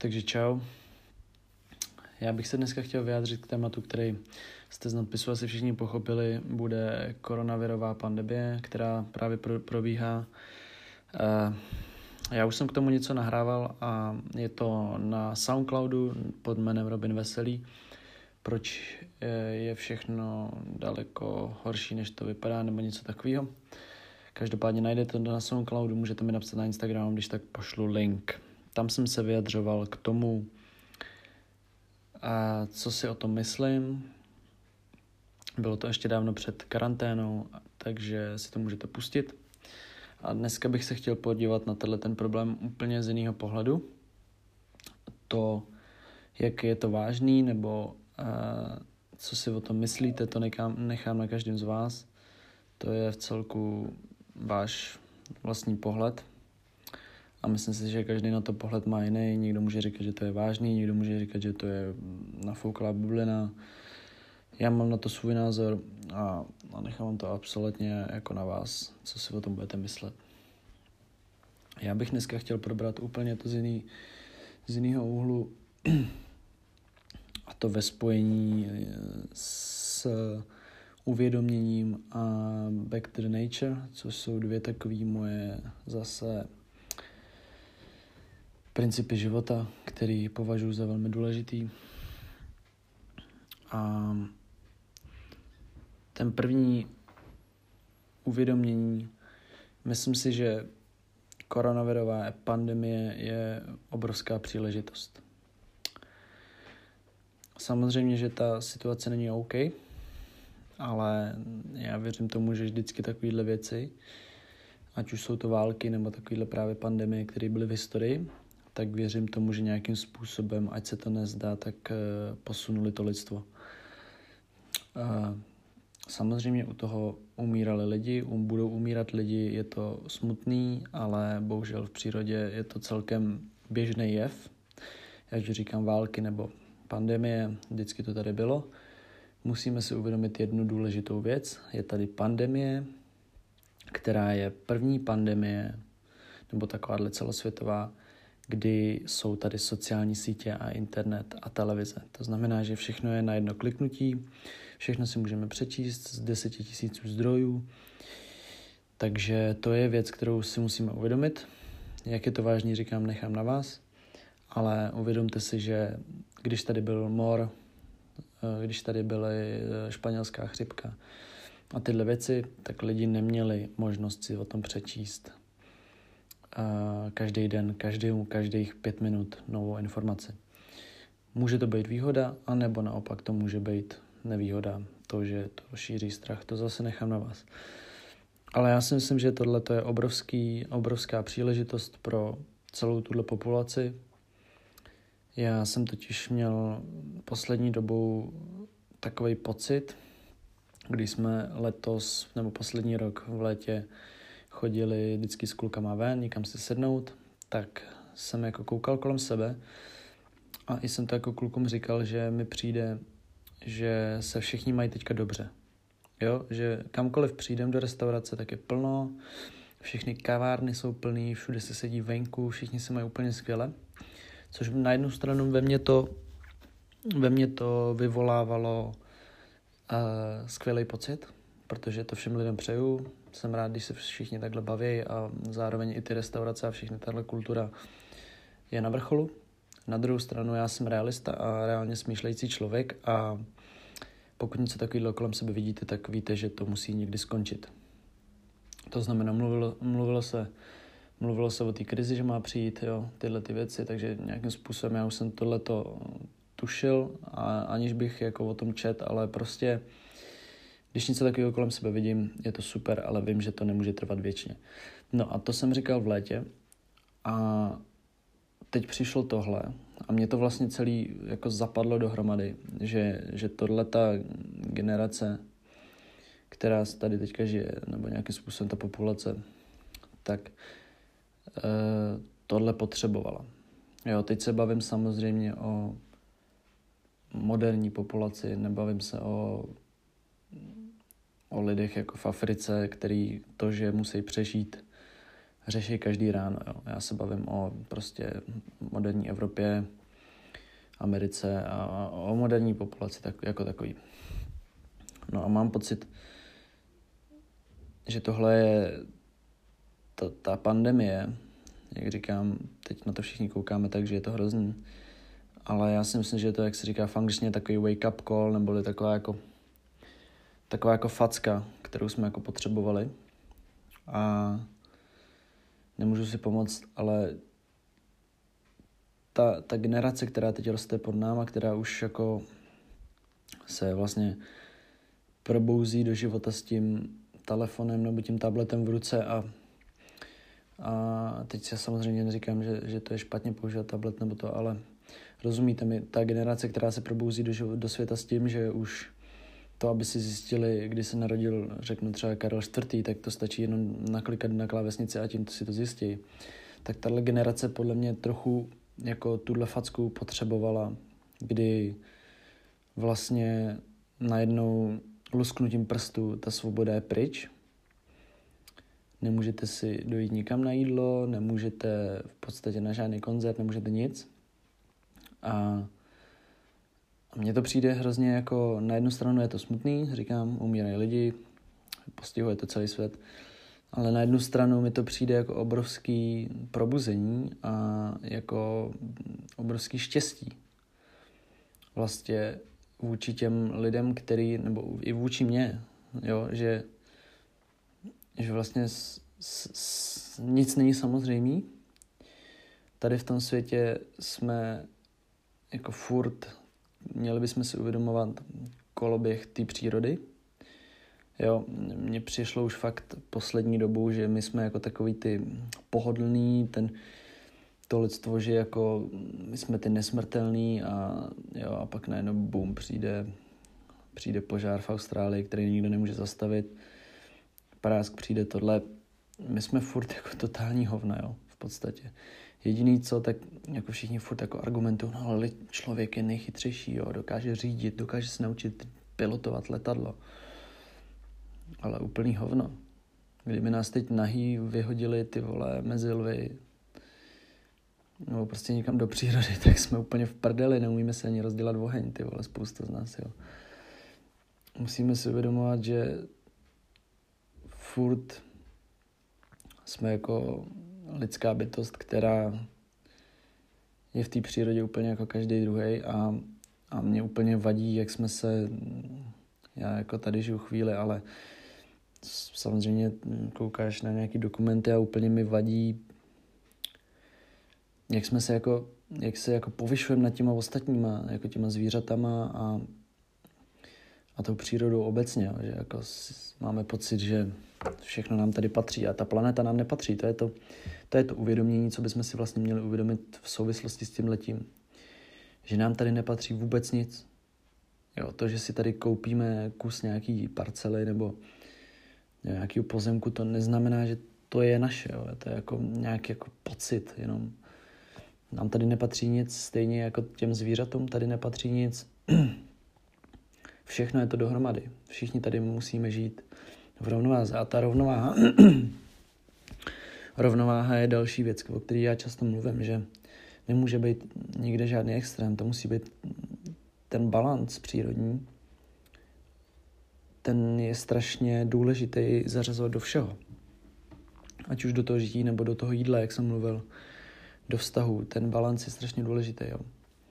Takže čau. Já bych se dneska chtěl vyjádřit k tématu, který jste z nadpisu asi všichni pochopili. Bude koronavirová pandemie, která právě probíhá. Já už jsem k tomu něco nahrával a je to na Soundcloudu pod jménem Robin Veselý. Proč je všechno daleko horší, než to vypadá, nebo něco takového. Každopádně najdete to na Soundcloudu, můžete mi napsat na Instagramu, když tak pošlu link. Tam jsem se vyjadřoval k tomu, a co si o tom myslím. Bylo to ještě dávno před karanténou, takže si to můžete pustit. A dneska bych se chtěl podívat na ten problém úplně z jiného pohledu. To, jak je to vážný, nebo co si o tom myslíte, to nechám na každém z vás. To je v celku váš vlastní pohled. A myslím si, že každý na to pohled má jiný. Někdo může říkat, že to je vážný, někdo může říkat, že to je nafouklá bublina. Já mám na to svůj názor a nechám to absolutně jako na vás, co si o tom budete myslet. Já bych dneska chtěl probrat úplně to z jiného úhlu, a to ve spojení s uvědoměním a Back to the Nature, což jsou dvě takové moje zase principy života, který považuji za velmi důležitý. A ten první uvědomění, myslím si, že koronavirová pandemie je obrovská příležitost. Samozřejmě, že ta situace není OK, ale já věřím tomu, že vždycky takovéhle věci, ať už jsou to války nebo takovéhle právě pandemie, které byly v historii, tak věřím tomu, že nějakým způsobem, ať se to nezdá, tak posunuli to lidstvo. Samozřejmě u toho umírali lidi, budou umírat lidi, je to smutný, ale bohužel v přírodě je to celkem běžný jev. Já když říkám války nebo pandemie, vždycky to tady bylo. Musíme si uvědomit jednu důležitou věc. Je tady pandemie, která je první pandemie, nebo takováhle celosvětová, kdy jsou tady sociální sítě a internet a televize. To znamená, že všechno je na jedno kliknutí, všechno si můžeme přečíst z 10 000 zdrojů, takže to je věc, kterou si musíme uvědomit. Jak je to vážný, říkám, nechám na vás, ale uvědomte si, že když tady byl mor, když tady byla španělská chřipka a tyhle věci, tak lidi neměli možnost si o tom přečíst každý den, každých 5 minut novou informaci. Může to být výhoda, anebo naopak to může být nevýhoda. To, že to šíří strach, to zase nechám na vás. Ale já si myslím, že tohle je obrovská příležitost pro celou tuhle populaci. Já jsem totiž měl poslední dobou takový pocit, když jsme letos, nebo poslední rok v létě chodili vždycky s klukama ven, někam si sednout, tak jsem jako koukal kolem sebe a i jsem to jako klukům říkal, že mi přijde, že se všichni mají teďka dobře. Jo? Že kamkoliv přijdem do restaurace, tak je plno, všechny kavárny jsou plný, všude se sedí venku, všichni se mají úplně skvěle. Což na jednu stranu ve mně to vyvolávalo skvělý pocit, protože to všem lidem přeju. Jsem rád, když se všichni takhle baví a zároveň i ty restaurace a všechny tahle kultura je na vrcholu. Na druhou stranu já jsem realista a reálně smýšlející člověk a pokud něco takového kolem sebe vidíte, tak víte, že to musí někdy skončit. To znamená, mluvilo se o té krizi, že má přijít, jo, tyhle ty věci, takže nějakým způsobem já už jsem tohleto tušil, a aniž bych jako o tom čet, ale prostě když něco takového kolem sebe vidím, je to super, ale vím, že to nemůže trvat věčně. No a to jsem říkal v létě a teď přišlo tohle a mě to vlastně celý jako zapadlo dohromady, že tohleta generace, která tady teďka žije, nebo nějakým způsobem ta populace, tak tohle potřebovala. Jo, teď se bavím samozřejmě o moderní populaci, nebavím se o lidech jako v Africe, který to, že musí přežít řeší každý ráno. Jo. Já se bavím o prostě moderní Evropě, Americe a o moderní populaci jako takový. No a mám pocit, že tohle je ta pandemie, jak říkám, teď na to všichni koukáme tak, že je to hrozný, ale já si myslím, že je to, jak se říká v angličtině, takový wake up call, neboli taková jako facka, kterou jsme jako potřebovali. A nemůžu si pomoct, ale ta generace, která teď roste pod náma, která už jako se vlastně probouzí do života s tím telefonem nebo tím tabletem v ruce a teď si samozřejmě neříkám, že to je špatně používat tablet nebo to, ale rozumíte mi, ta generace, která se probouzí do světa s tím, že už to, aby si zjistili, kdy se narodil, řeknu třeba Karel IV., tak to stačí jenom naklikat na klávesnici a tím si to zjistí. Tak tahle generace podle mě trochu jako tuhle facku potřebovala, kdy vlastně najednou lusknutím prstu ta svoboda je pryč. Nemůžete si dojít nikam na jídlo, nemůžete v podstatě na žádný koncert, nemůžete nic. A mně to přijde hrozně jako, na jednu stranu je to smutný, říkám, umírají lidi, postihuje to celý svět, ale na jednu stranu mi to přijde jako obrovský probuzení a jako obrovský štěstí. Vlastně vůči těm lidem, nebo i vůči mně, jo, že vlastně nic není samozřejmý. Tady v tom světě jsme jako furt, měli bychom si uvědomovat koloběh té přírody. Jo, mně přišlo už fakt poslední dobou, že my jsme jako takový ty pohodlný, to lidstvo, že jako my jsme ty nesmrtelný a pak najednou boom, přijde požár v Austrálii, který nikdo nemůže zastavit. Prásk přijde tohle. My jsme furt jako totální hovna, jo, v podstatě. Jediný co, tak jako všichni furt jako argumentují, no ale člověk je nejchytřejší, jo, dokáže řídit, dokáže se naučit pilotovat letadlo. Ale úplný hovno. Kdyby nás teď nahý vyhodili ty vole mezi lvy, nebo prostě někam do přírody, tak jsme úplně v prdeli, neumíme se ani rozdělat oheň, ty vole, spousta z nás, jo. Musíme si uvědomovat, že furt jsme jako lidská bytost, která je v té přírodě úplně jako každý druhej a mě úplně vadí, jak jsme se, já jako tady žiju chvíli, ale samozřejmě koukáš na nějaký dokumenty a úplně mi vadí, jak se jako povyšujeme nad těma ostatníma, jako těma zvířatama a tou přírodou obecně, že jako máme pocit, že všechno nám tady patří a ta planeta nám nepatří. To je to uvědomění, co bychom si vlastně měli uvědomit v souvislosti s tímhletím. Že nám tady nepatří vůbec nic. Jo, to, že si tady koupíme kus nějaký parcely nebo nějakýho pozemku, to neznamená, že to je naše. Jo. To je jako nějaký jako pocit jenom. Nám tady nepatří nic, stejně jako těm zvířatům tady nepatří nic. Všechno je to dohromady. Všichni tady musíme žít v rovnováze. A ta rovnováha je další věc, o které já často mluvím, že nemůže být nikde žádný extrém. To musí být ten balanc přírodní. Ten je strašně důležitý zařazovat do všeho. Ať už do toho žití, nebo do toho jídla, jak jsem mluvil, do vztahu. Ten balanc je strašně důležitý, jo.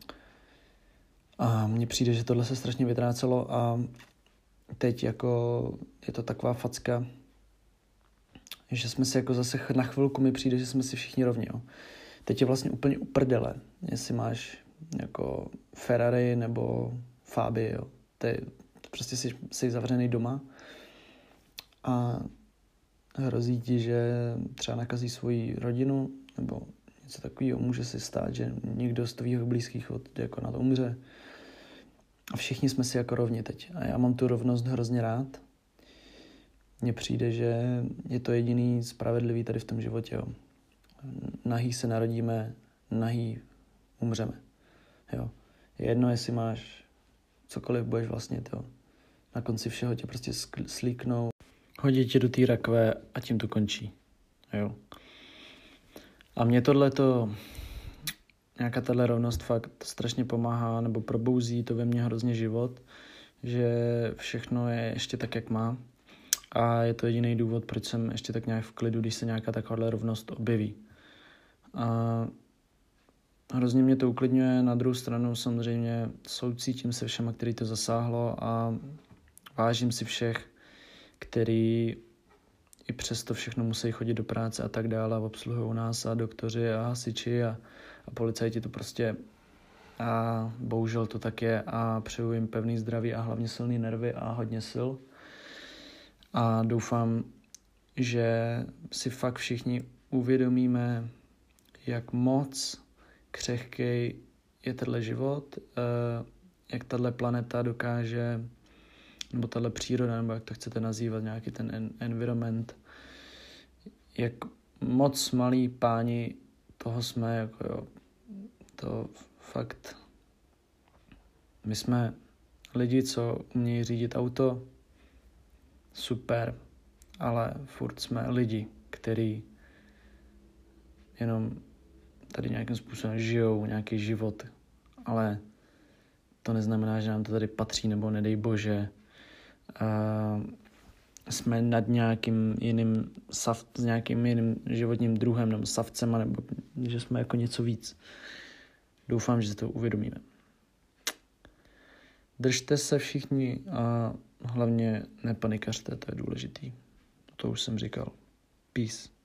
A mně přijde, že tohle se strašně vytrácelo a teď jako je to taková facka, že jsme si jako zase na chvilku mi přijde, že jsme si všichni rovni, jo. Teď je vlastně úplně uprdele, jestli máš jako Ferrari nebo Fabii, jo. Prostě jsi zavřený doma a hrozí ti, že třeba nakazí svoji rodinu nebo něco takového. Může se stát, že někdo z tvých blízkých jako na to umře. A všichni jsme si jako rovni teď. A já mám tu rovnost hrozně rád. Mně přijde, že je to jediný spravedlivý tady v tom životě. Jo. Nahý se narodíme, nahý umřeme. Jo. Je jedno, jestli máš cokoliv budeš vlastně to. Na konci všeho tě prostě slíknou, hodí tě do té rakve a tím to končí. Jo. A mě nějaká tahle rovnost fakt strašně pomáhá, nebo probouzí to ve mně hrozně život, že všechno je ještě tak, jak má. A je to jediný důvod, proč jsem ještě tak nějak v klidu, když se nějaká takováhle rovnost objeví. A hrozně mě to uklidňuje, na druhou stranu samozřejmě soucítím se všema, který to zasáhlo a vážím si všech, který i přesto všechno musí chodit do práce a tak dále a obsluhují nás a doktoři a hasiči a policajti to prostě a bohužel to tak je a přeju jim pevný zdraví a hlavně silný nervy a hodně sil a doufám, že si fakt všichni uvědomíme, jak moc křehkej je tenhle život, jak tahle planeta dokáže, nebo tahle příroda, nebo jak to chcete nazývat, nějaký ten environment, jak moc malí páni toho jsme, jako jo, to fakt, my jsme lidi, co umějí řídit auto, super, ale furt jsme lidi, který jenom tady nějakým způsobem žijou nějaký život, ale to neznamená, že nám to tady patří, nebo nedej bože, jsme nad nějakým jiným s nějakým jiným životním druhem nebo savcema, nebo že jsme jako něco víc. Doufám, že si to uvědomíme. Držte se všichni a hlavně nepanikařte, to je důležitý. To už jsem říkal. Peace.